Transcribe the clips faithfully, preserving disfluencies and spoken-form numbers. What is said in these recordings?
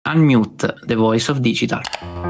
Unmute, the voice of digital.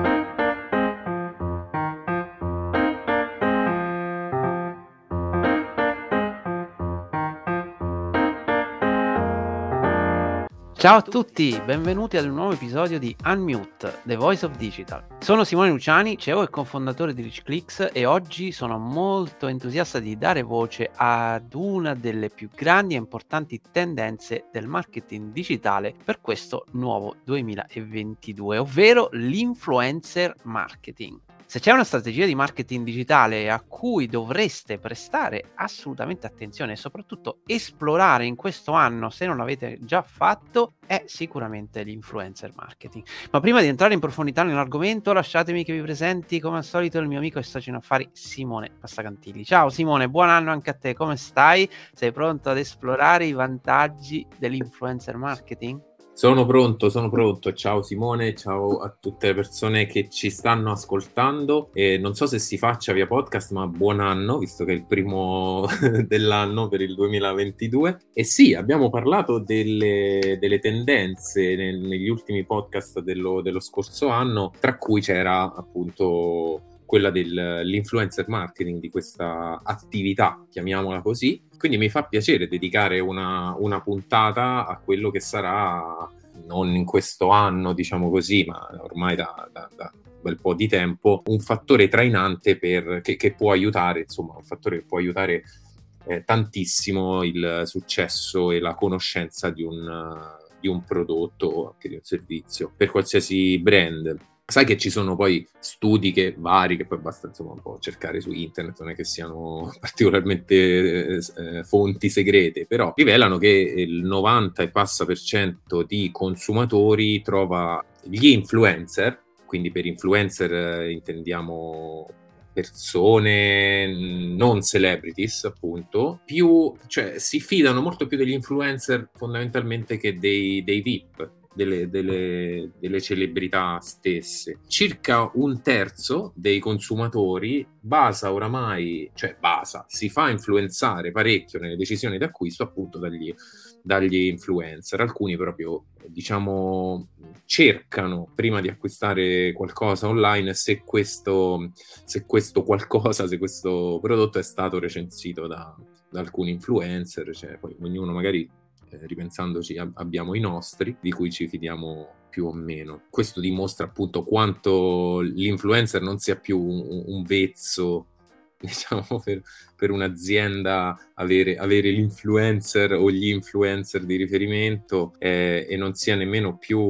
Ciao a tutti, benvenuti ad un nuovo episodio di Unmute, the voice of digital. Sono Simone Luciani, C E O e cofondatore di RichClicks, e oggi sono molto entusiasta di dare voce ad una delle più grandi e importanti tendenze del marketing digitale per questo nuovo duemilaventidue, ovvero l'influencer marketing. Se c'è una strategia di marketing digitale a cui dovreste prestare assolutamente attenzione e soprattutto esplorare in questo anno, se non l'avete già fatto, è sicuramente l'influencer marketing. Ma prima di entrare in profondità nell'argomento, lasciatemi che vi presenti come al solito il mio amico e socio in affari Simone Passacantilli. Ciao Simone, buon anno anche a te, come stai? Sei pronto ad esplorare i vantaggi dell'influencer marketing? Sono pronto, sono pronto. Ciao Simone, ciao a tutte le persone che ci stanno ascoltando. E non so se si faccia via podcast, ma buon anno, visto che è il primo dell'anno per il duemilaventidue. E sì, abbiamo parlato delle, delle tendenze nel, negli ultimi podcast dello, dello scorso anno, tra cui c'era appunto quella dell'influencer marketing, di questa attività, chiamiamola così. Quindi mi fa piacere dedicare una, una puntata a quello che sarà, non in questo anno, diciamo così, ma ormai da, da, da un bel po' di tempo, un fattore trainante per, che, che può aiutare, insomma, un fattore che può aiutare eh, tantissimo il successo e la conoscenza di un, di un prodotto o anche di un servizio, per qualsiasi brand. Sai che ci sono poi studi che vari, che poi basta insomma un po' cercare su internet, non è che siano particolarmente eh, fonti segrete, però rivelano che il novanta e passa per cento di consumatori trova gli influencer, quindi per influencer eh, intendiamo persone non celebrities, appunto, più, cioè si fidano molto più degli influencer fondamentalmente che dei, dei V I P. Delle, delle, delle celebrità stesse. Circa un terzo dei consumatori basa oramai, cioè basa, si fa influenzare parecchio nelle decisioni d'acquisto appunto dagli, dagli influencer. Alcuni proprio, diciamo, cercano prima di acquistare qualcosa online se questo, se questo qualcosa, se questo prodotto è stato recensito da, da alcuni influencer, cioè poi ognuno magari Eh, ripensandoci abbiamo i nostri di cui ci fidiamo più o meno. Questo dimostra appunto quanto l'influencer non sia più un, un vezzo, diciamo, per, per un'azienda avere, avere l'influencer o gli influencer di riferimento eh, e non sia nemmeno più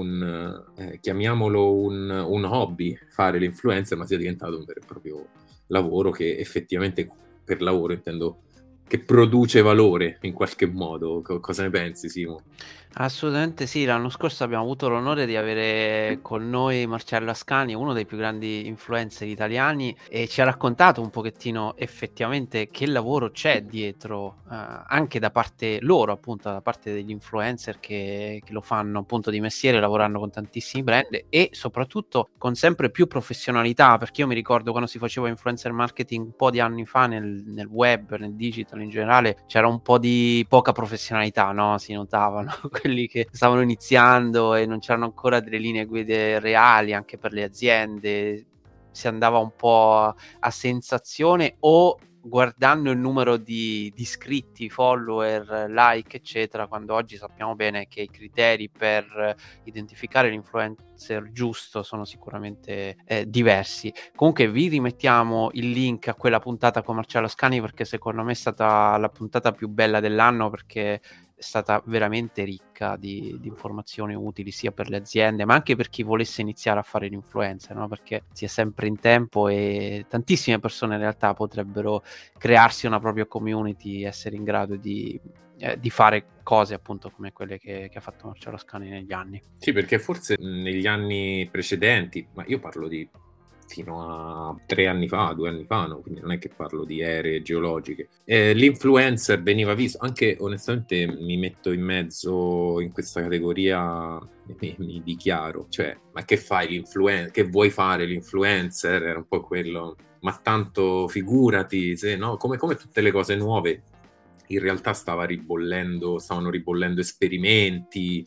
un, eh, chiamiamolo un, un hobby fare l'influencer, ma sia diventato un vero e proprio lavoro che effettivamente, per lavoro intendo, che produce valore in qualche modo. Co- cosa ne pensi, Simo? Assolutamente sì, l'anno scorso abbiamo avuto l'onore di avere con noi Marcello Ascani, uno dei più grandi influencer italiani, e ci ha raccontato un pochettino effettivamente che lavoro c'è dietro, eh, anche da parte loro, appunto, da parte degli influencer che, che lo fanno appunto di mestiere, lavorando con tantissimi brand e soprattutto con sempre più professionalità, perché io mi ricordo quando si faceva influencer marketing un po' di anni fa nel, nel web, nel digital in generale, c'era un po' di poca professionalità, no? Si notavano quelli che stavano iniziando e non c'erano ancora delle linee guida reali anche per le aziende, si andava un po' a sensazione o guardando il numero di, di iscritti, follower, like eccetera, quando oggi sappiamo bene che i criteri per identificare l'influencer giusto sono sicuramente eh, diversi. Comunque vi rimettiamo il link a quella puntata con Marcello Ascani, perché secondo me è stata la puntata più bella dell'anno, perché è stata veramente ricca di, di informazioni utili sia per le aziende ma anche per chi volesse iniziare a fare l'influencer, no? Perché si è sempre in tempo e tantissime persone in realtà potrebbero crearsi una propria community, essere in grado di, eh, di fare cose appunto come quelle che, che ha fatto Marcello Ascani negli anni. Sì, perché forse negli anni precedenti, ma io parlo di fino a tre anni fa, due anni fa, no? Quindi non è che parlo di ere geologiche. Eh, l'influencer veniva visto, anche onestamente mi metto in mezzo in questa categoria, mi, mi dichiaro, cioè, ma che fai l'influencer? Che vuoi fare l'influencer? Era un po' quello, ma tanto figurati, se no, come, come tutte le cose nuove, in realtà stava ribollendo, stavano ribollendo esperimenti,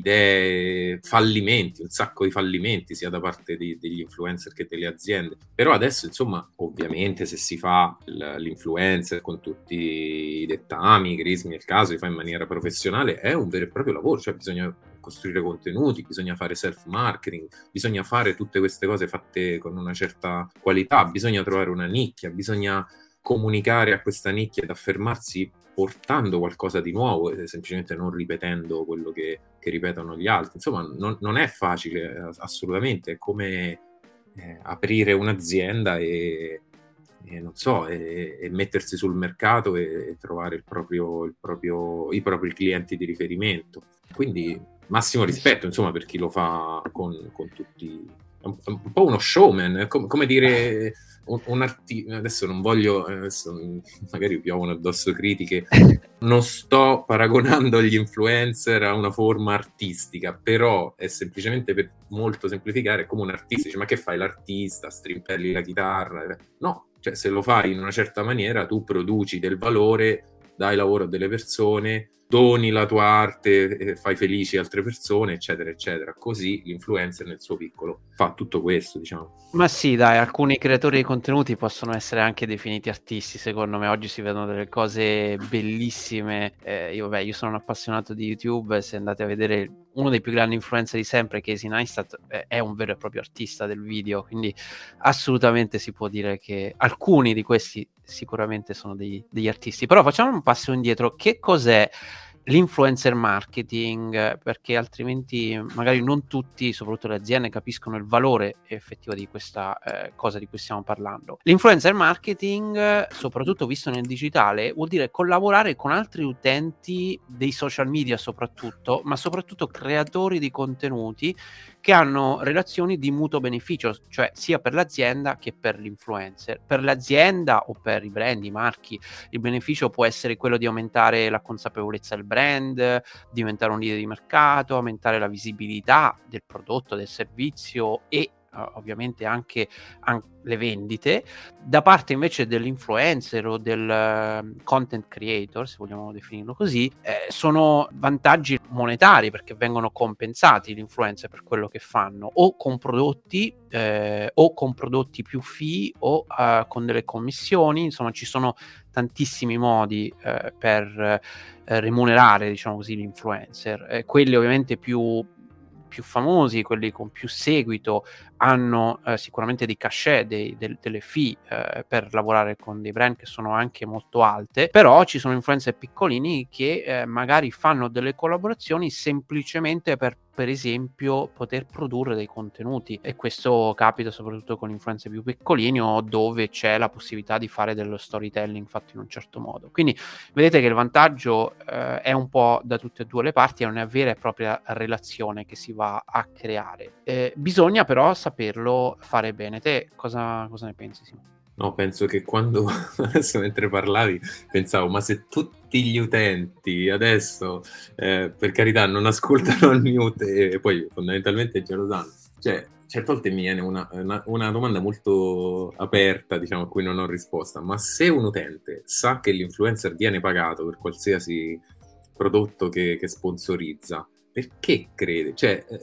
idee, fallimenti, un sacco di fallimenti sia da parte di, degli influencer che delle aziende. Però adesso, insomma, ovviamente se si fa l'influencer con tutti i dettami, crismi, nel caso, si fa in maniera professionale, è un vero e proprio lavoro, cioè bisogna costruire contenuti, bisogna fare self-marketing, bisogna fare tutte queste cose fatte con una certa qualità, bisogna trovare una nicchia, bisogna comunicare a questa nicchia ed affermarsi portando qualcosa di nuovo e semplicemente non ripetendo quello che, che ripetono gli altri. Insomma, non, non è facile assolutamente, è come eh, aprire un'azienda e, e non so, e, e mettersi sul mercato e, e trovare il proprio, il proprio, i propri clienti di riferimento. Quindi massimo rispetto, insomma, per chi lo fa con, con tutti. È un, è un po' uno showman, come, come dire un, un artista. Adesso non voglio, adesso magari piovono addosso critiche, non sto paragonando gli influencer a una forma artistica, però è semplicemente, per molto semplificare, è come un artista. Dice, ma che fai l'artista, strimpelli la chitarra? No, cioè se lo fai in una certa maniera tu produci del valore, dai lavoro a delle persone, doni la tua arte, fai felici altre persone, eccetera, eccetera. Così l'influencer nel suo piccolo fa tutto questo, diciamo. Ma sì, dai, alcuni creatori di contenuti possono essere anche definiti artisti, secondo me. Oggi si vedono delle cose bellissime. Eh, io, vabbè, io sono un appassionato di YouTube, se andate a vedere uno dei più grandi influencer di sempre, Casey Neistat, eh, è un vero e proprio artista del video, quindi assolutamente si può dire che alcuni di questi sicuramente sono dei, degli artisti. Però facciamo un passo indietro. Che cos'è l'influencer marketing? Perché altrimenti magari non tutti, soprattutto le aziende, capiscono il valore effettivo di questa eh, cosa di cui stiamo parlando. L'influencer marketing, soprattutto visto nel digitale, vuol dire collaborare con altri utenti dei social media soprattutto, ma soprattutto creatori di contenuti che hanno relazioni di mutuo beneficio, cioè sia per l'azienda che per l'influencer. Per l'azienda o per i brand, i marchi, il beneficio può essere quello di aumentare la consapevolezza del brand, diventare un leader di mercato, aumentare la visibilità del prodotto, del servizio e uh, ovviamente anche, anche le vendite. Da parte invece dell'influencer o del uh, content creator, se vogliamo definirlo così, eh, sono vantaggi monetari, perché vengono compensati l'influencer per quello che fanno, o con prodotti eh, o con prodotti più fee o uh, con delle commissioni. Insomma, ci sono tantissimi modi eh, per eh, remunerare, diciamo così, l'influencer. Eh, quelli ovviamente più più famosi, quelli con più seguito, hanno eh, sicuramente dei cachet, dei, del, delle fee eh, per lavorare con dei brand che sono anche molto alte. Però ci sono influencer piccolini che eh, magari fanno delle collaborazioni semplicemente per, per esempio, poter produrre dei contenuti, e questo capita soprattutto con influencer più piccolini o dove c'è la possibilità di fare dello storytelling fatto in un certo modo. Quindi vedete che il vantaggio eh, è un po' da tutte e due le parti, è una vera e propria relazione che si va a creare. Eh, bisogna però saperlo fare bene. Te cosa, cosa ne pensi, Simone? No, penso che quando, adesso mentre parlavi, pensavo, ma se tutti gli utenti adesso, eh, per carità, non ascoltano il mute e poi fondamentalmente già lo sanno, cioè, certe volte mi viene una, una, una domanda molto aperta, diciamo, a cui non ho risposta, ma se un utente sa che l'influencer viene pagato per qualsiasi prodotto che, che sponsorizza, perché crede? Cioè, eh,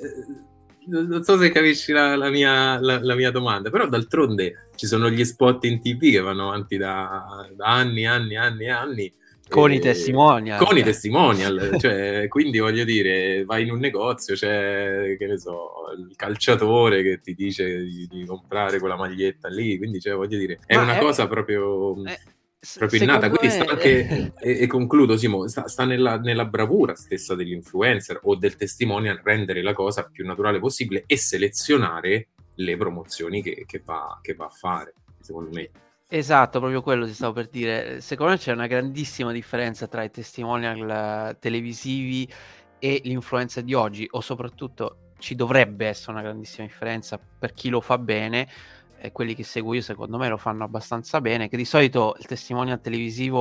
non so se capisci la, la, mia, la, la mia domanda, però d'altronde ci sono gli spot in tivù che vanno avanti da, da anni, anni, anni, anni. Con i testimonial. Con i testimonial, cioè, quindi voglio dire, vai in un negozio, c'è, che ne so, il calciatore che ti dice di, di comprare quella maglietta lì, quindi cioè, voglio dire, è Ma una è, cosa proprio... È... proprio innata, quindi sta anche, e, e concludo Simo, sta, sta nella, nella bravura stessa degli influencer o del testimonial rendere la cosa più naturale possibile e selezionare le promozioni che, che, va, che va a fare, secondo me. Esatto, proprio quello ti stavo per dire. Secondo me c'è una grandissima differenza tra i testimonial televisivi e l'influencer di oggi, o soprattutto ci dovrebbe essere una grandissima differenza per chi lo fa bene. E quelli che seguo io secondo me lo fanno abbastanza bene, che di solito il testimonial televisivo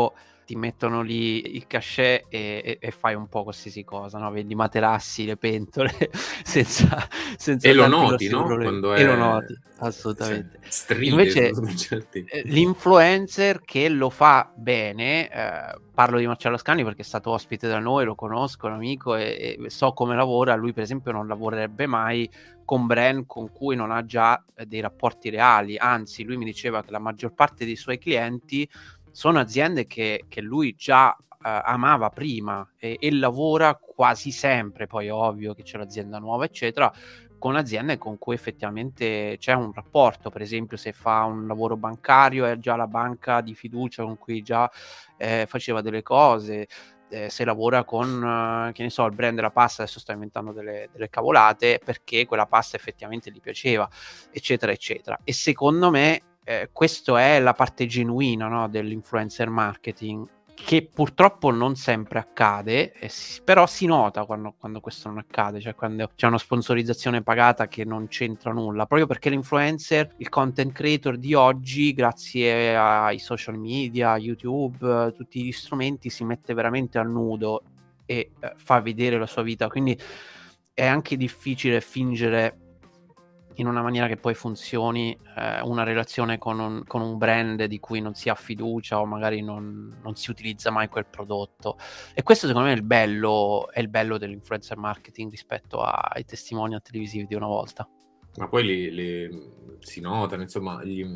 ti mettono lì il cachet e, e, e fai un po' qualsiasi cosa, no? Vendi materassi, le pentole senza, senza E lo tanti noti, grossi no? problemi, Quando e lo è... noti, cioè, assolutamente. stride su, Invece su certi... eh, l'influencer che lo fa bene, eh, parlo di Marcello Ascani perché è stato ospite da noi, lo conosco, è un amico e, e so come lavora. Lui per esempio non lavorerebbe mai con brand con cui non ha già eh, dei rapporti reali, anzi lui mi diceva che la maggior parte dei suoi clienti sono aziende che, che lui già eh, amava prima e, e lavora quasi sempre, poi è ovvio che c'è l'azienda nuova eccetera, con aziende con cui effettivamente c'è un rapporto. Per esempio se fa un lavoro bancario è già la banca di fiducia con cui già eh, faceva delle cose. Eh, se lavora con, eh, che ne so, il brand della pasta, adesso sto inventando delle, delle cavolate, perché quella pasta effettivamente gli piaceva, eccetera, eccetera. E secondo me eh, questa è la parte genuina, no, dell'influencer marketing, che purtroppo non sempre accade, eh, si, però si nota quando, quando questo non accade, cioè quando c'è una sponsorizzazione pagata che non c'entra nulla, proprio perché l'influencer, il content creator di oggi, grazie ai social media, YouTube, tutti gli strumenti, si mette veramente a nudo e eh, fa vedere la sua vita, quindi è anche difficile fingere in una maniera che poi funzioni eh, una relazione con un, con un brand di cui non si ha fiducia o magari non, non si utilizza mai quel prodotto. E questo secondo me è il bello, è il bello dell'influencer marketing rispetto ai testimonial televisivi di una volta. Ma poi li, li, si notano, insomma, gli,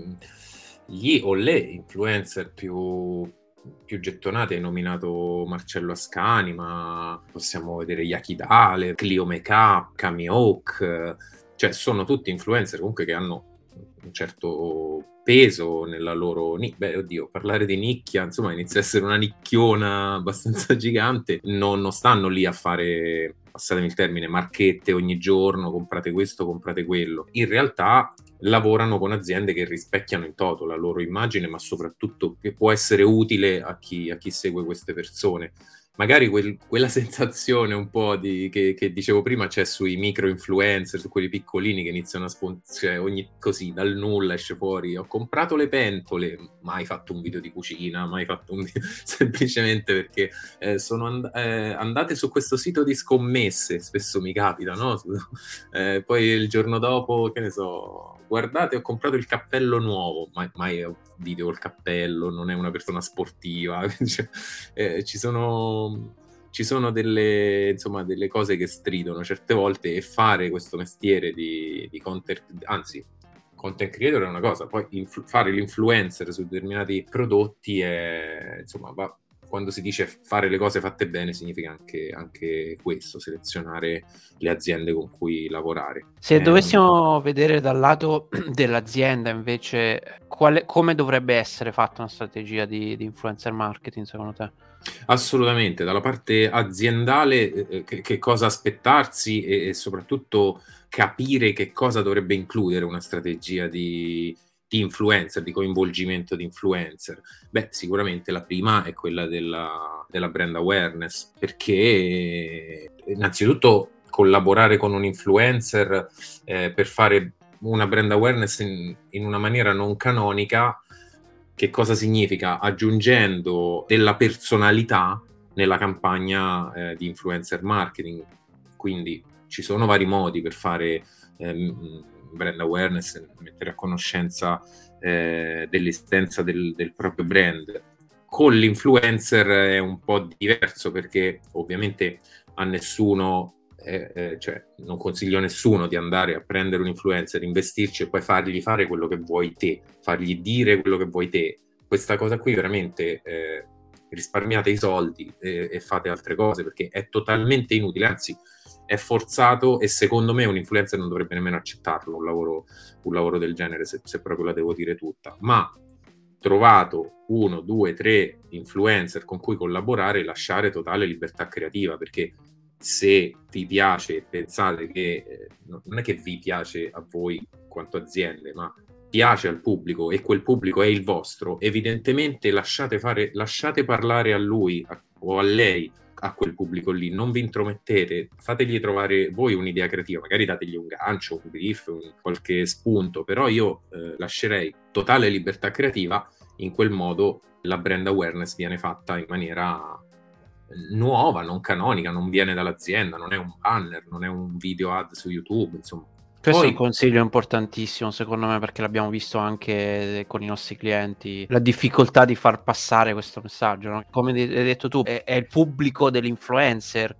gli o le influencer più, più gettonati. Hai nominato Marcello Ascani, ma possiamo vedere Yakidale, Clio Makeup, Kami Hawk, cioè sono tutti influencer comunque che hanno un certo peso nella loro... Beh, oddio, parlare di nicchia, insomma, inizia a essere una nicchiona abbastanza gigante. Non, non stanno lì a fare, passatemi il termine, marchette ogni giorno, comprate questo, comprate quello. In realtà lavorano con aziende che rispecchiano in toto la loro immagine, ma soprattutto che può essere utile a chi, a chi segue queste persone. Magari quel, quella sensazione un po' di, che, che dicevo prima c'è sui micro influencer, su quelli piccolini che iniziano a spon- cioè ogni così dal nulla esce fuori: ho comprato le pentole, mai fatto un video di cucina, mai fatto un video, semplicemente perché eh, sono and- eh, andate su questo sito di scommesse, spesso mi capita, no? Eh, poi il giorno dopo, che ne so, guardate, ho comprato il cappello nuovo, mai, mai video col cappello, non è una persona sportiva. Cioè, eh, ci sono ci sono delle, insomma, delle cose che stridono certe volte, e fare questo mestiere di, di content, anzi content creator è una cosa, poi influ- fare l'influencer su determinati prodotti è, insomma, va, quando si dice fare le cose fatte bene significa anche, anche questo, selezionare le aziende con cui lavorare. Se eh, dovessimo vedere dal lato dell'azienda invece, quale, come dovrebbe essere fatta una strategia di, di influencer marketing secondo te? Assolutamente, dalla parte aziendale eh, che, che cosa aspettarsi e, e soprattutto capire che cosa dovrebbe includere una strategia di, di influencer, di coinvolgimento di influencer. Beh, sicuramente la prima è quella della, della brand awareness, perché innanzitutto collaborare con un influencer eh, per fare una brand awareness in, in una maniera non canonica. Che cosa significa? Aggiungendo della personalità nella campagna eh, di influencer marketing. Quindi ci sono vari modi per fare ehm, brand awareness, mettere a conoscenza eh, dell'esistenza del, del proprio brand. Con l'influencer è un po' diverso, perché ovviamente a nessuno Eh, eh, cioè, non consiglio a nessuno di andare a prendere un influencer, investirci e poi fargli fare quello che vuoi te, fargli dire quello che vuoi te. Questa cosa qui veramente eh, risparmiate i soldi e, e fate altre cose, perché è totalmente inutile, anzi è forzato, e secondo me un influencer non dovrebbe nemmeno accettarlo, un lavoro, un lavoro del genere, se, se proprio la devo dire tutta. Ma trovato uno, due, tre influencer con cui collaborare, lasciare totale libertà creativa, perché se vi piace, pensate che eh, non è che vi piace a voi quanto aziende, ma piace al pubblico e quel pubblico è il vostro, evidentemente lasciate fare, lasciate parlare a lui a, o a lei, a quel pubblico lì, non vi intromettete, fategli trovare voi un'idea creativa, magari dategli un gancio, un brief, un, qualche spunto, però io eh, lascerei totale libertà creativa in quel modo la brand awareness viene fatta in maniera nuova, non canonica, non viene dall'azienda, non è un banner, non è un video ad su YouTube, insomma. Questo Poi, è un consiglio importantissimo secondo me, perché l'abbiamo visto anche con i nostri clienti, la difficoltà di far passare questo messaggio, no? Come hai detto tu, è, è il pubblico dell'influencer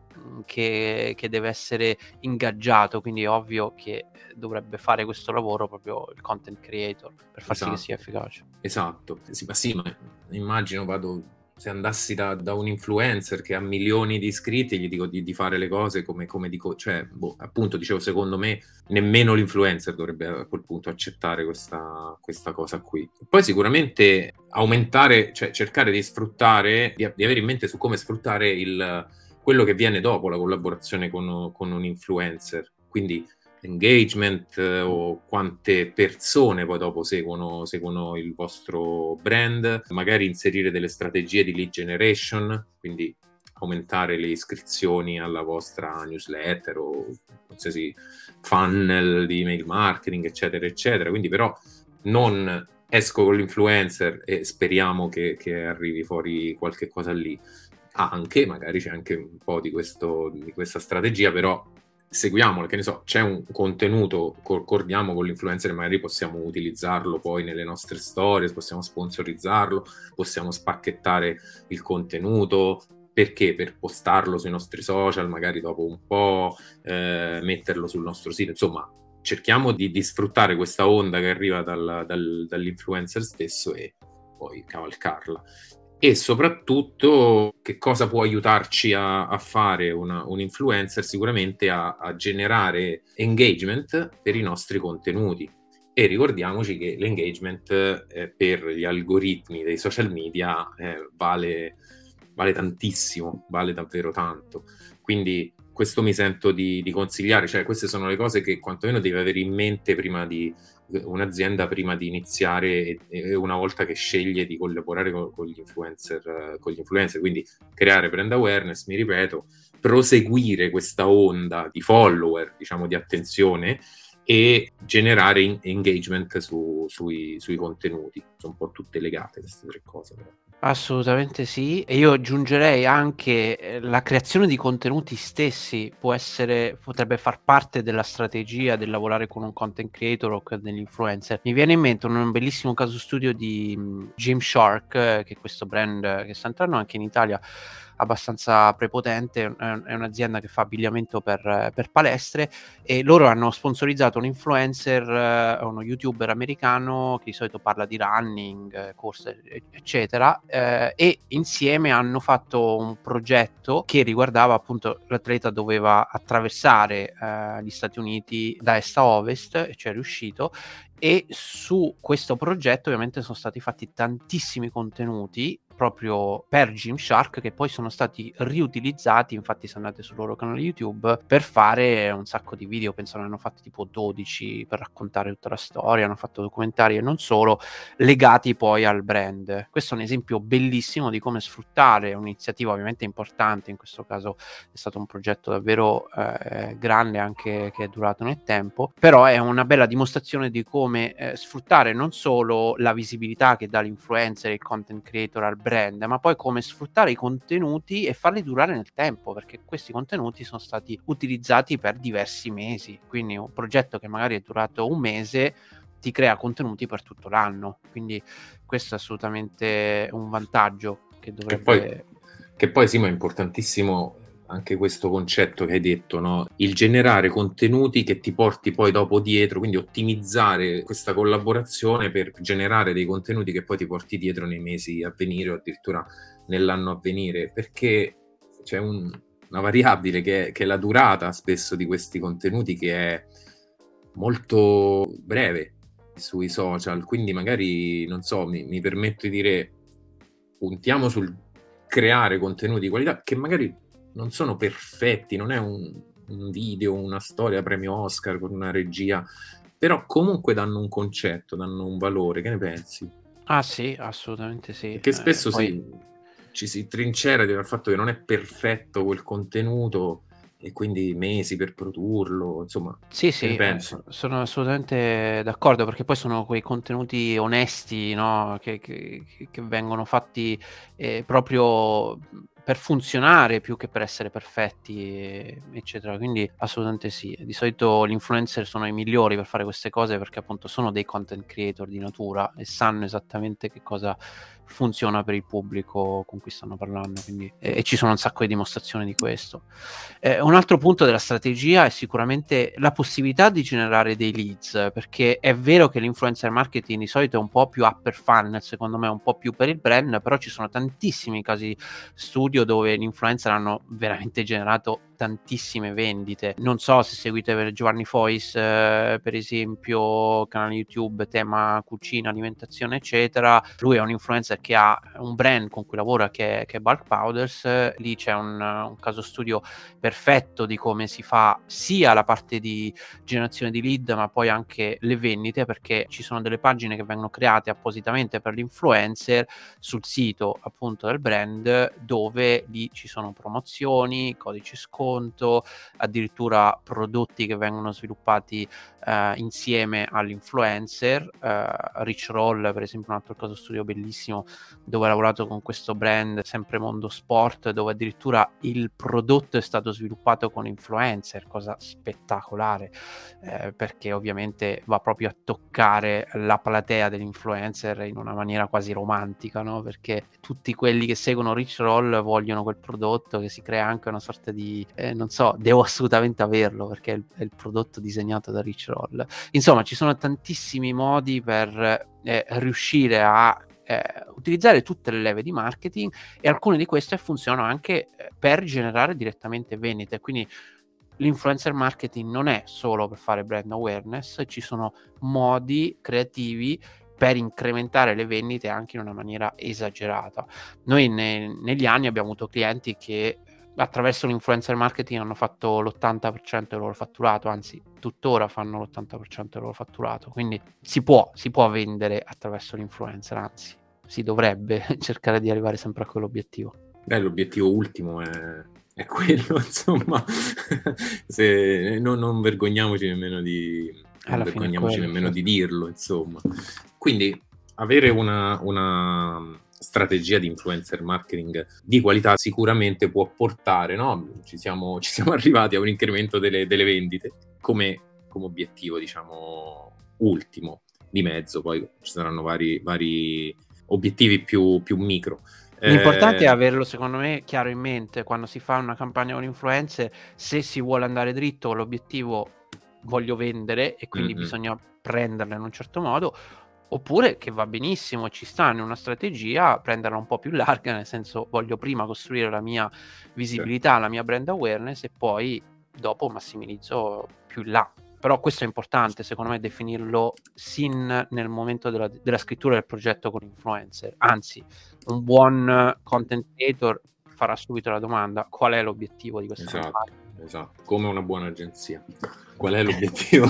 che, che deve essere ingaggiato, quindi è ovvio che dovrebbe fare questo lavoro proprio il content creator per far esatto, sì che sia efficace. Esatto, sì, ma sì, ma immagino vado... se andassi da, da un influencer che ha milioni di iscritti, gli dico di, di fare le cose come, come dico, cioè, boh, appunto, dicevo, secondo me nemmeno l'influencer dovrebbe a quel punto accettare questa, questa cosa qui. Poi sicuramente aumentare, cioè cercare di sfruttare, di, di avere in mente su come sfruttare il, quello che viene dopo la collaborazione con, con un influencer, quindi engagement eh, o quante persone poi dopo seguono, seguono il vostro brand, magari inserire delle strategie di lead generation, quindi aumentare le iscrizioni alla vostra newsletter o qualsiasi funnel di email marketing, eccetera, eccetera. Quindi però non esco con l'influencer e speriamo che, che arrivi fuori qualche cosa lì. Anche, magari c'è anche un po' di, questo, di questa strategia, però seguiamolo, che ne so, c'è un contenuto, concordiamo con l'influencer, magari possiamo utilizzarlo poi nelle nostre storie, possiamo sponsorizzarlo, possiamo spacchettare il contenuto, perché? Per postarlo sui nostri social, magari dopo un po', eh, metterlo sul nostro sito, insomma, cerchiamo di, di sfruttare questa onda che arriva dal, dal, dall'influencer stesso e poi cavalcarla. E soprattutto che cosa può aiutarci a, a fare una, un influencer? Sicuramente a, a generare engagement per i nostri contenuti. E ricordiamoci che l'engagement eh, per gli algoritmi dei social media eh, vale, vale tantissimo, vale davvero tanto. Quindi questo mi sento di, di consigliare, cioè queste sono le cose che quantomeno devi avere in mente prima di un'azienda prima di iniziare e una volta che sceglie di collaborare con, con gli influencer, con gli influencer, quindi creare brand awareness, mi ripeto, proseguire questa onda di follower, diciamo di attenzione e generare in- engagement su, sui, sui contenuti. Sono un po' tutte legate queste tre cose però. Assolutamente sì, e io aggiungerei anche eh, la creazione di contenuti stessi può essere, potrebbe far parte della strategia del lavorare con un content creator o con degli influencer. Mi viene in mente un, un bellissimo caso studio di um, Gymshark, eh, che è questo brand eh, che sta entrando anche in Italia, abbastanza prepotente, è, è un'azienda che fa abbigliamento per, per palestre, e loro hanno sponsorizzato un influencer, eh, uno youtuber americano che di solito parla di running, eh, corse eccetera, eh, e insieme hanno fatto un progetto che riguardava appunto l'atleta doveva attraversare eh, gli Stati Uniti da est a ovest e ci è riuscito. E su questo progetto ovviamente sono stati fatti tantissimi contenuti proprio per Gymshark che poi sono stati riutilizzati, infatti se andate sul loro canale YouTube, per fare un sacco di video, penso ne hanno fatti tipo dodici per raccontare tutta la storia, hanno fatto documentari e non solo, legati poi al brand. Questo è un esempio bellissimo di come sfruttare un'iniziativa ovviamente importante, in questo caso è stato un progetto davvero eh, grande anche che è durato nel tempo, però è una bella dimostrazione di come eh, sfruttare non solo la visibilità che dà l'influencer e il content creator al brand, ma poi come sfruttare i contenuti e farli durare nel tempo, perché questi contenuti sono stati utilizzati per diversi mesi, quindi un progetto che magari è durato un mese ti crea contenuti per tutto l'anno, quindi questo è assolutamente un vantaggio che dovrebbe... Che poi, che poi Simo, è importantissimo anche questo concetto che hai detto, no? Il generare contenuti che ti porti poi dopo dietro, quindi ottimizzare questa collaborazione per generare dei contenuti che poi ti porti dietro nei mesi a venire o addirittura nell'anno a venire, perché c'è un, una variabile che è, che è la durata spesso di questi contenuti, che è molto breve sui social, quindi magari, non so, mi, mi permetto di dire, puntiamo sul creare contenuti di qualità che magari non sono perfetti, non è un, un video, una storia premio Oscar con una regia, però comunque danno un concetto, danno un valore. Che ne pensi? Ah sì, assolutamente sì. Perché spesso eh, poi... si, ci si trincera del fatto che non è perfetto quel contenuto, e quindi mesi per produrlo, insomma. Sì, Che ne sì, eh, pensi? so- sono assolutamente d'accordo, perché poi sono quei contenuti onesti, no? Che, che- che vengono fatti eh, proprio per funzionare più che per essere perfetti, eh, eccetera. Quindi assolutamente sì. Di solito gli influencer sono i migliori per fare queste cose, perché appunto sono dei content creator di natura e sanno esattamente che cosa funziona per il pubblico con cui stanno parlando, quindi, e, e ci sono un sacco di dimostrazioni di questo. Eh, un altro punto della strategia è sicuramente la possibilità di generare dei leads, perché è vero che l'influencer marketing di solito è un po' più upper funnel, secondo me è un po' più per il brand, però ci sono tantissimi casi studio dove gli influencer hanno veramente generato tantissime vendite. Non so se seguite Giovanni Fois, eh, per esempio, canale YouTube tema cucina, alimentazione, eccetera. Lui è un influencer che ha un brand con cui lavora che è, che è Bulk Powders. Lì c'è un, un caso studio perfetto di come si fa sia la parte di generazione di lead, ma poi anche le vendite, perché ci sono delle pagine che vengono create appositamente per l'influencer sul sito appunto del brand, dove lì ci sono promozioni, codici sconto, addirittura prodotti che vengono sviluppati eh, insieme all'influencer. eh, Rich Roll, per esempio, un altro caso studio bellissimo dove ha lavorato con questo brand, sempre mondo sport, dove addirittura il prodotto è stato sviluppato con influencer, cosa spettacolare, eh, perché ovviamente va proprio a toccare la platea dell'influencer in una maniera quasi romantica, no? Perché tutti quelli che seguono Rich Roll vogliono quel prodotto, che si crea anche una sorta di, eh, non so, devo assolutamente averlo perché è il, è il prodotto disegnato da Rich Roll. Insomma, ci sono tantissimi modi per eh, riuscire a eh, utilizzare tutte le leve di marketing, e alcune di queste funzionano anche eh, per generare direttamente vendite. Quindi l'influencer marketing non è solo per fare brand awareness, ci sono modi creativi per incrementare le vendite anche in una maniera esagerata. Noi ne, negli anni abbiamo avuto clienti che attraverso l'influencer marketing hanno fatto l'ottanta per cento del loro fatturato, anzi tuttora fanno l'ottanta per cento del loro fatturato, quindi si può, si può vendere attraverso l'influencer, anzi si dovrebbe cercare di arrivare sempre a quell'obiettivo. Beh, l'obiettivo ultimo è, è quello, insomma, se, non, non vergogniamoci nemmeno di, non Alla fine è vergogniamoci quello, nemmeno certo. di dirlo, insomma. Quindi avere una, una strategia di influencer marketing di qualità sicuramente può portare, no? Ci siamo, ci siamo arrivati a un incremento delle, delle vendite come, come obiettivo, diciamo, ultimo di mezzo. Poi ci saranno vari, vari obiettivi più, più micro. L'importante è Eh, averlo, secondo me, chiaro in mente quando si fa una campagna con influencer. Se si vuole andare dritto, l'obiettivo voglio vendere e quindi mm-mm. bisogna prenderla in un certo modo, oppure che va benissimo, ci sta in una strategia, prenderla un po' più larga, nel senso voglio prima costruire la mia visibilità, Certo. la mia brand awareness e poi dopo massimizzo più in là. Però questo è importante, secondo me, definirlo sin nel momento della, della scrittura del progetto con influencer. Anzi, un buon content creator farà subito la domanda: qual è l'obiettivo di questa Esatto, campagna? esatto, come una buona agenzia. Qual è l'obiettivo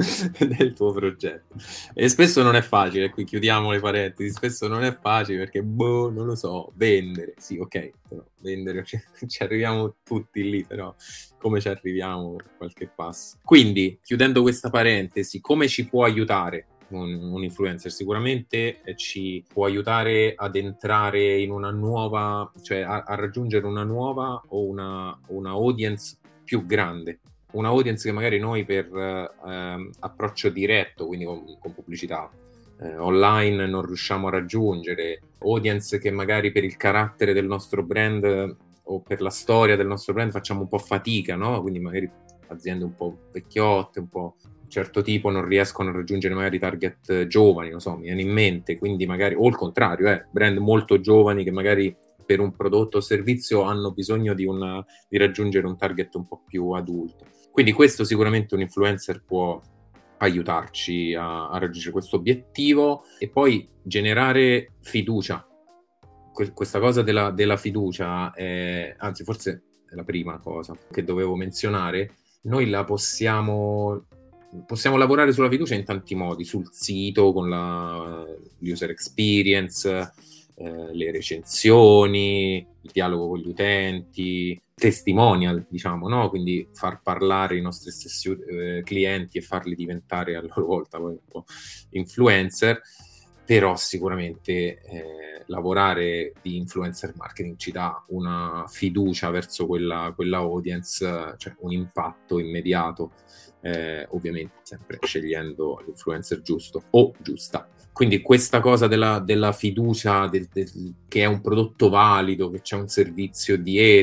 del tuo progetto? E spesso non è facile, qui chiudiamo le parentesi, spesso non è facile perché, boh, non lo so, vendere, sì, ok, però vendere, ci, ci arriviamo tutti lì, però come ci arriviamo qualche passo. Quindi, chiudendo questa parentesi, come ci può aiutare un, un influencer? Sicuramente eh, ci può aiutare ad entrare in una nuova, cioè a, a raggiungere una nuova o una, una audience più grande, una audience che magari noi per eh, approccio diretto, quindi con, con pubblicità eh, online, non riusciamo a raggiungere, audience che magari per il carattere del nostro brand eh, o per la storia del nostro brand facciamo un po' fatica, no? Quindi magari aziende un po' vecchiotte, un po' un certo tipo non riescono a raggiungere magari target giovani, non so, mi viene in mente, quindi magari, o il contrario, eh, brand molto giovani che magari per un prodotto o servizio hanno bisogno di, una, di raggiungere un target un po' più adulto. Quindi questo sicuramente un influencer può aiutarci a, a raggiungere questo obiettivo e poi generare fiducia. Que- questa cosa della, della fiducia, è, anzi forse è la prima cosa che dovevo menzionare, noi la possiamo, possiamo lavorare sulla fiducia in tanti modi, sul sito con la user experience, eh, le recensioni, il dialogo con gli utenti, testimonial, diciamo, no? Quindi far parlare i nostri stessi eh, clienti e farli diventare a loro volta poi un po' influencer, però sicuramente eh, lavorare di influencer marketing ci dà una fiducia verso quella, quella audience, cioè un impatto immediato, eh, ovviamente sempre scegliendo l'influencer giusto o giusta. Quindi questa cosa della, della fiducia, del, del, che è un prodotto valido, che c'è un servizio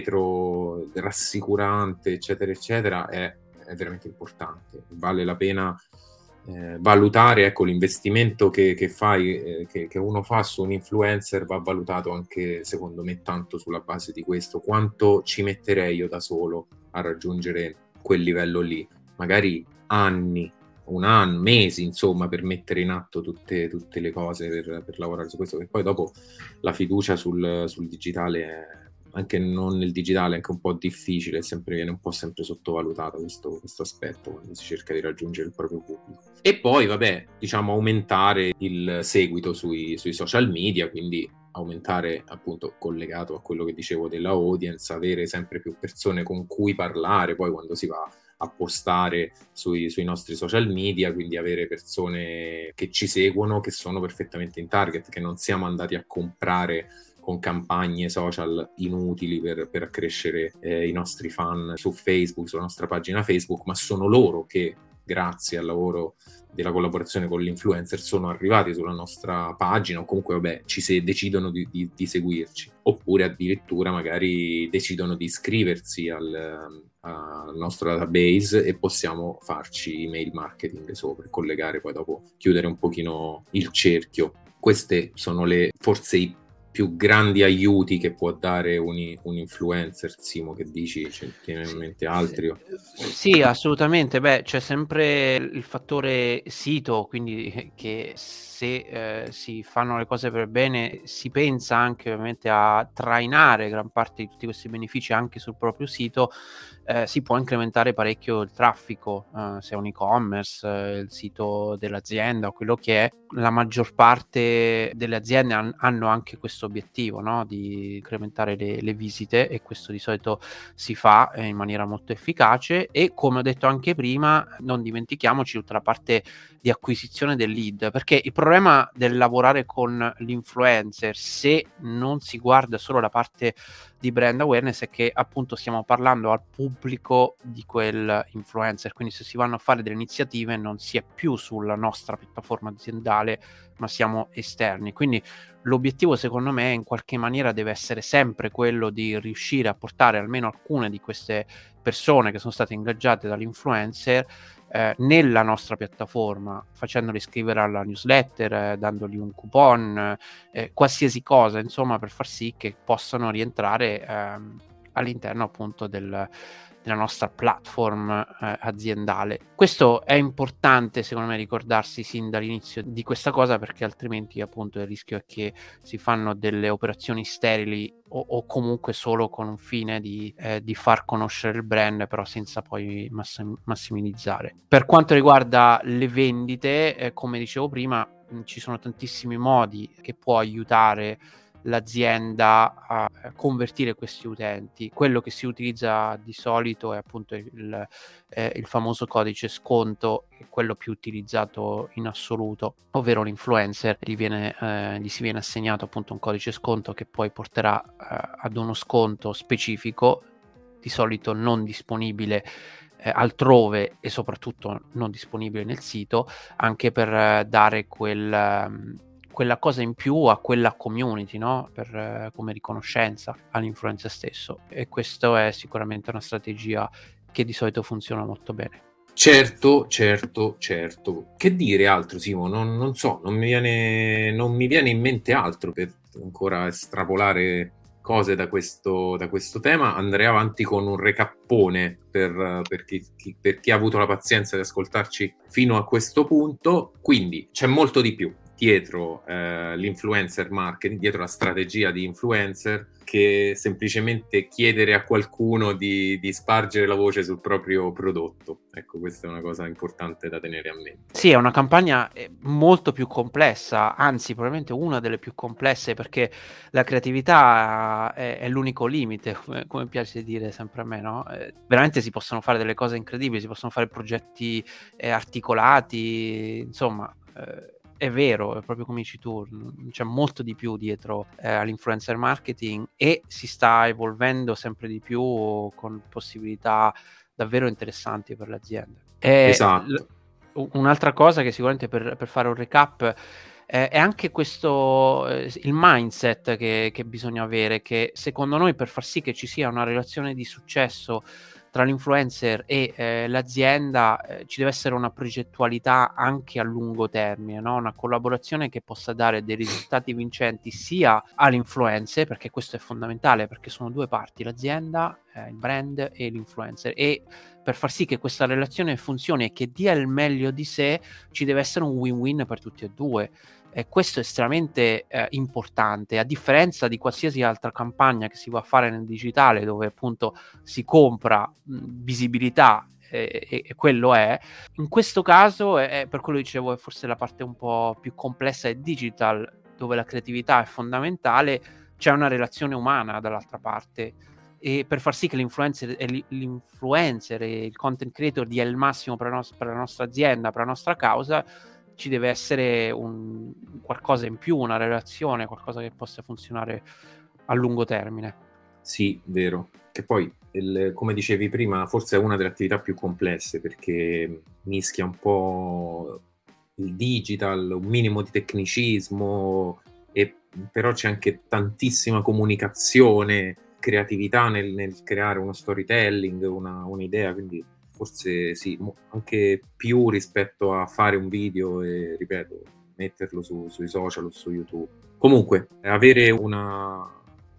dietro, rassicurante, eccetera, eccetera, è, è veramente importante. Vale la pena eh, valutare, ecco, l'investimento che, che fai, eh, che, che uno fa su un influencer va valutato anche, secondo me, tanto sulla base di questo. Quanto ci metterei io da solo a raggiungere quel livello lì? Magari anni, un anno, mesi, insomma, per mettere in atto tutte, tutte le cose per, per lavorare su questo, che poi dopo la fiducia sul, sul digitale è, anche non nel digitale, è anche un po' difficile, sempre, viene un po' sempre sottovalutato questo, questo aspetto quando si cerca di raggiungere il proprio pubblico. E poi, vabbè, diciamo, aumentare il seguito sui, sui social media, quindi aumentare, appunto, collegato a quello che dicevo della audience, avere sempre più persone con cui parlare poi quando si va a postare sui, sui nostri social media, quindi avere persone che ci seguono, che sono perfettamente in target, che non siamo andati a comprare con campagne social inutili per, per accrescere eh, i nostri fan su Facebook, sulla nostra pagina Facebook, ma sono loro che, grazie al lavoro della collaborazione con l'influencer, sono arrivati sulla nostra pagina, o comunque vabbè ci se decidono di, di, di seguirci, oppure addirittura magari decidono di iscriversi al, al nostro database e possiamo farci email marketing sopra e collegare, poi dopo chiudere un pochino il cerchio. Queste sono le forse i più grandi aiuti che può dare un, un influencer. Simo, che dici? Ce ne tiene in mente altri? Sì, assolutamente. Beh, c'è sempre il fattore sito, quindi che se eh, si fanno le cose per bene si pensa anche ovviamente a trainare gran parte di tutti questi benefici anche sul proprio sito. Eh, si può incrementare parecchio il traffico, eh, se è un e-commerce, eh, il sito dell'azienda o quello che è. La maggior parte delle aziende han, hanno anche questo obiettivo, no? Di incrementare le, le visite, e questo di solito si fa eh, in maniera molto efficace. E come ho detto anche prima, non dimentichiamoci tutta la parte di acquisizione del lead, perché il problema del lavorare con l'influencer, se non si guarda solo la parte di brand awareness, è che appunto stiamo parlando al pubblico di quel influencer, quindi se si vanno a fare delle iniziative non si è più sulla nostra piattaforma aziendale, ma siamo esterni. Quindi l'obiettivo, secondo me, in qualche maniera deve essere sempre quello di riuscire a portare almeno alcune di queste persone che sono state ingaggiate dall'influencer eh, nella nostra piattaforma, facendoli iscrivere alla newsletter, eh, dandogli un coupon, eh, qualsiasi cosa, insomma, per far sì che possano rientrare ehm, all'interno appunto del della nostra platform eh, aziendale. Questo è importante, secondo me, ricordarsi sin dall'inizio di questa cosa, perché altrimenti appunto il rischio è che si fanno delle operazioni sterili o, o comunque solo con un fine di, eh, di far conoscere il brand, però senza poi massim- massimilizzare. Per quanto riguarda le vendite, eh, come dicevo prima, mh, ci sono tantissimi modi che può aiutare l'azienda a convertire questi utenti. Quello che si utilizza di solito è appunto il, eh, il famoso codice sconto, quello più utilizzato in assoluto, ovvero l'influencer gli, viene, eh, gli si viene assegnato appunto un codice sconto che poi porterà eh, ad uno sconto specifico, di solito non disponibile eh, altrove e soprattutto non disponibile nel sito, anche per eh, dare quel um, quella cosa in più a quella community, no? Per, eh, come riconoscenza all'influencer stesso. E questa è sicuramente una strategia che di solito funziona molto bene. Certo, certo, certo. Che dire altro, Simo? Non, non so, non mi viene, non mi viene in mente altro per ancora estrapolare cose da questo, da questo tema. Andrei avanti con un recappone per, per, chi, chi, per chi ha avuto la pazienza di ascoltarci fino a questo punto. Quindi c'è molto di più. dietro eh, l'influencer marketing, dietro la strategia di influencer, che semplicemente chiedere a qualcuno di, di spargere la voce sul proprio prodotto. Ecco, questa è una cosa importante da tenere a mente. Sì, è una campagna eh, molto più complessa, anzi probabilmente una delle più complesse, perché la creatività è, è l'unico limite, come, come piace dire sempre a me, no? Eh, veramente si possono fare delle cose incredibili, si possono fare progetti eh, articolati, insomma, eh, è vero, è proprio come dici tu, n- c'è molto di più dietro eh, all'influencer marketing e si sta evolvendo sempre di più con possibilità davvero interessanti per le aziende. E l- Esatto. Un'altra cosa che sicuramente per, per fare un recap eh, è anche questo, eh, il mindset che, che bisogna avere, che secondo noi per far sì che ci sia una relazione di successo tra l'influencer e eh, l'azienda eh, ci deve essere una progettualità anche a lungo termine, no? Una collaborazione che possa dare dei risultati vincenti sia all'influencer, perché questo è fondamentale, perché sono due parti, l'azienda, eh, il brand e l'influencer, e per far sì che questa relazione funzioni e che dia il meglio di sé ci deve essere un win-win per tutti e due. E questo è estremamente eh, importante, a differenza di qualsiasi altra campagna che si va a fare nel digitale, dove appunto si compra mh, visibilità e, e, e quello è. In questo caso, è, è per quello dicevo, è forse la parte un po' più complessa, è digital, dove la creatività è fondamentale, c'è una relazione umana dall'altra parte. E per far sì che l'influencer e l'influencer e il content creator dia il massimo per la, nos- per la nostra azienda, per la nostra causa, ci deve essere un qualcosa in più, una relazione, qualcosa che possa funzionare a lungo termine. Sì, vero. Che poi, il- come dicevi prima, forse è una delle attività più complesse perché mischia un po' il digital, un minimo di tecnicismo, e però c'è anche tantissima comunicazione, creatività nel, nel creare uno storytelling, una, un'idea, quindi forse sì, mo- anche più rispetto a fare un video e, ripeto, metterlo su- sui social o su YouTube. Comunque, avere una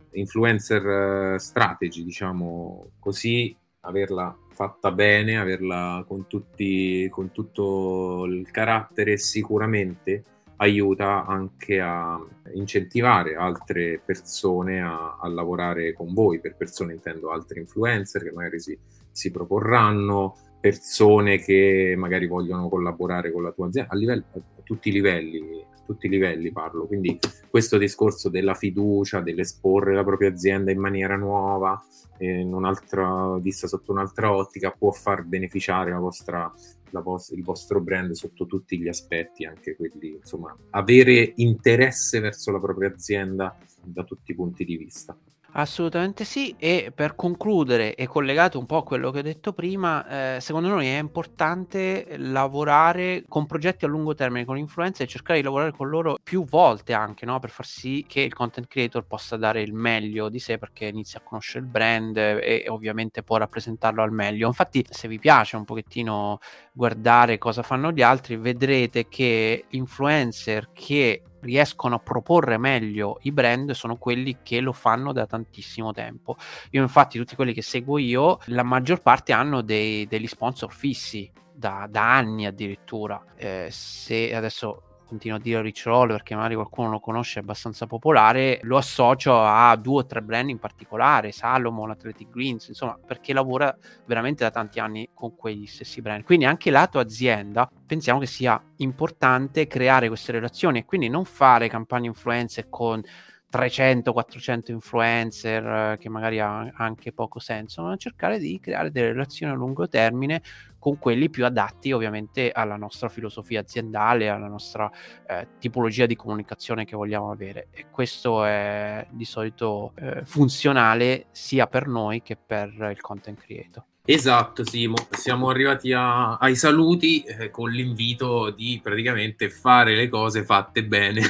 influencer eh, strategy, diciamo così, averla fatta bene, averla con tutti, con tutto il carattere, sicuramente aiuta anche a incentivare altre persone a, a lavorare con voi. Per persone intendo altri influencer che magari si, si proporranno, persone che magari vogliono collaborare con la tua azienda, a, livello, a tutti i livelli, a tutti i livelli parlo. Quindi questo discorso della fiducia, dell'esporre la propria azienda in maniera nuova, eh, in un'altra, vista sotto un'altra ottica, può far beneficiare la vostra, la vos- il vostro brand sotto tutti gli aspetti, anche quelli, insomma, avere interesse verso la propria azienda da tutti i punti di vista. Assolutamente sì, e per concludere e collegato un po' a quello che ho detto prima, eh, secondo noi è importante lavorare con progetti a lungo termine con influencer e cercare di lavorare con loro più volte anche, no? Per far sì che il content creator possa dare il meglio di sé, perché inizia a conoscere il brand e, e ovviamente può rappresentarlo al meglio. Infatti, se vi piace un pochettino guardare cosa fanno gli altri, vedrete che influencer che riescono a proporre meglio i brand sono quelli che lo fanno da tantissimo tempo. Io infatti tutti quelli che seguo io, la maggior parte hanno dei, degli sponsor fissi da, da anni addirittura. Eh, se adesso continuo a dire Rich Roll perché magari qualcuno lo conosce, è abbastanza popolare, lo associo a due o tre brand in particolare, Salomon, Athletic Greens, insomma, perché lavora veramente da tanti anni con quegli stessi brand. Quindi anche lato azienda pensiamo che sia importante creare queste relazioni e quindi non fare campagne influencer con trecento quattrocento influencer eh, che magari ha anche poco senso, ma cercare di creare delle relazioni a lungo termine con quelli più adatti ovviamente alla nostra filosofia aziendale, alla nostra eh, tipologia di comunicazione che vogliamo avere, e questo è di solito eh, funzionale sia per noi che per il content creator. Esatto, Simo, siamo arrivati a- ai saluti eh, con l'invito di praticamente fare le cose fatte bene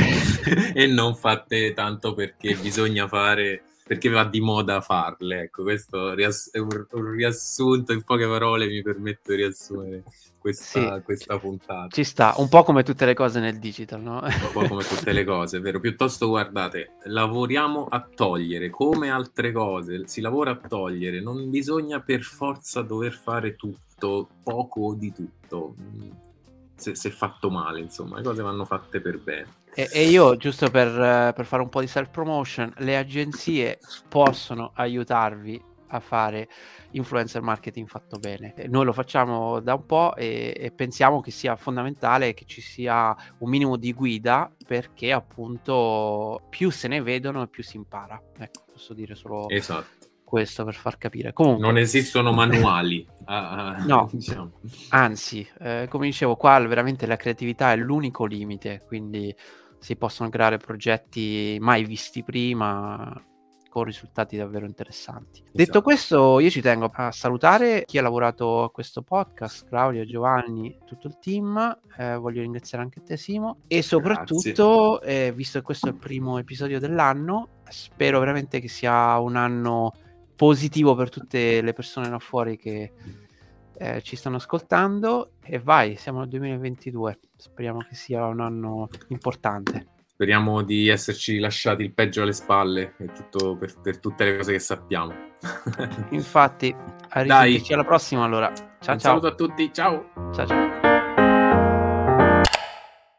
e non fatte tanto perché bisogna fare, perché va di moda farle. Ecco, questo riass- è un, un riassunto in poche parole, mi permetto di riassumere Sì, questa, questa puntata. ci sta, un po' come tutte le cose nel digital, no? Un po' come tutte le cose, è vero? Piuttosto, guardate, lavoriamo a togliere, come altre cose, si lavora a togliere, non bisogna per forza dover fare tutto, poco di tutto. se, se fatto male, insomma, le cose vanno fatte per bene. E, e io, giusto per, per fare un po' di self-promotion, le agenzie possono aiutarvi a fare influencer marketing fatto bene. Noi lo facciamo da un po' e, e pensiamo che sia fondamentale che ci sia un minimo di guida, perché appunto più se ne vedono e più si impara. Ecco, posso dire solo esatto. questo per far capire. Comunque, non esistono manuali. uh, no, diciamo. Anzi, eh, come dicevo, qua veramente la creatività è l'unico limite, quindi si possono creare progetti mai visti prima con risultati davvero interessanti. Esatto. Detto questo, io ci tengo a salutare chi ha lavorato a questo podcast, Claudio, Giovanni, tutto il team. Eh, voglio ringraziare anche te, Simo, e soprattutto, eh, visto che questo è il primo episodio dell'anno, spero veramente che sia un anno positivo per tutte le persone là fuori che eh, ci stanno ascoltando. E vai, siamo nel duemilaventidue, speriamo che sia un anno importante. Speriamo di esserci lasciati il peggio alle spalle e tutto per, per tutte le cose che sappiamo. Infatti, a risentirci alla prossima allora. Ciao, un ciao. saluto a tutti, ciao. Ciao ciao.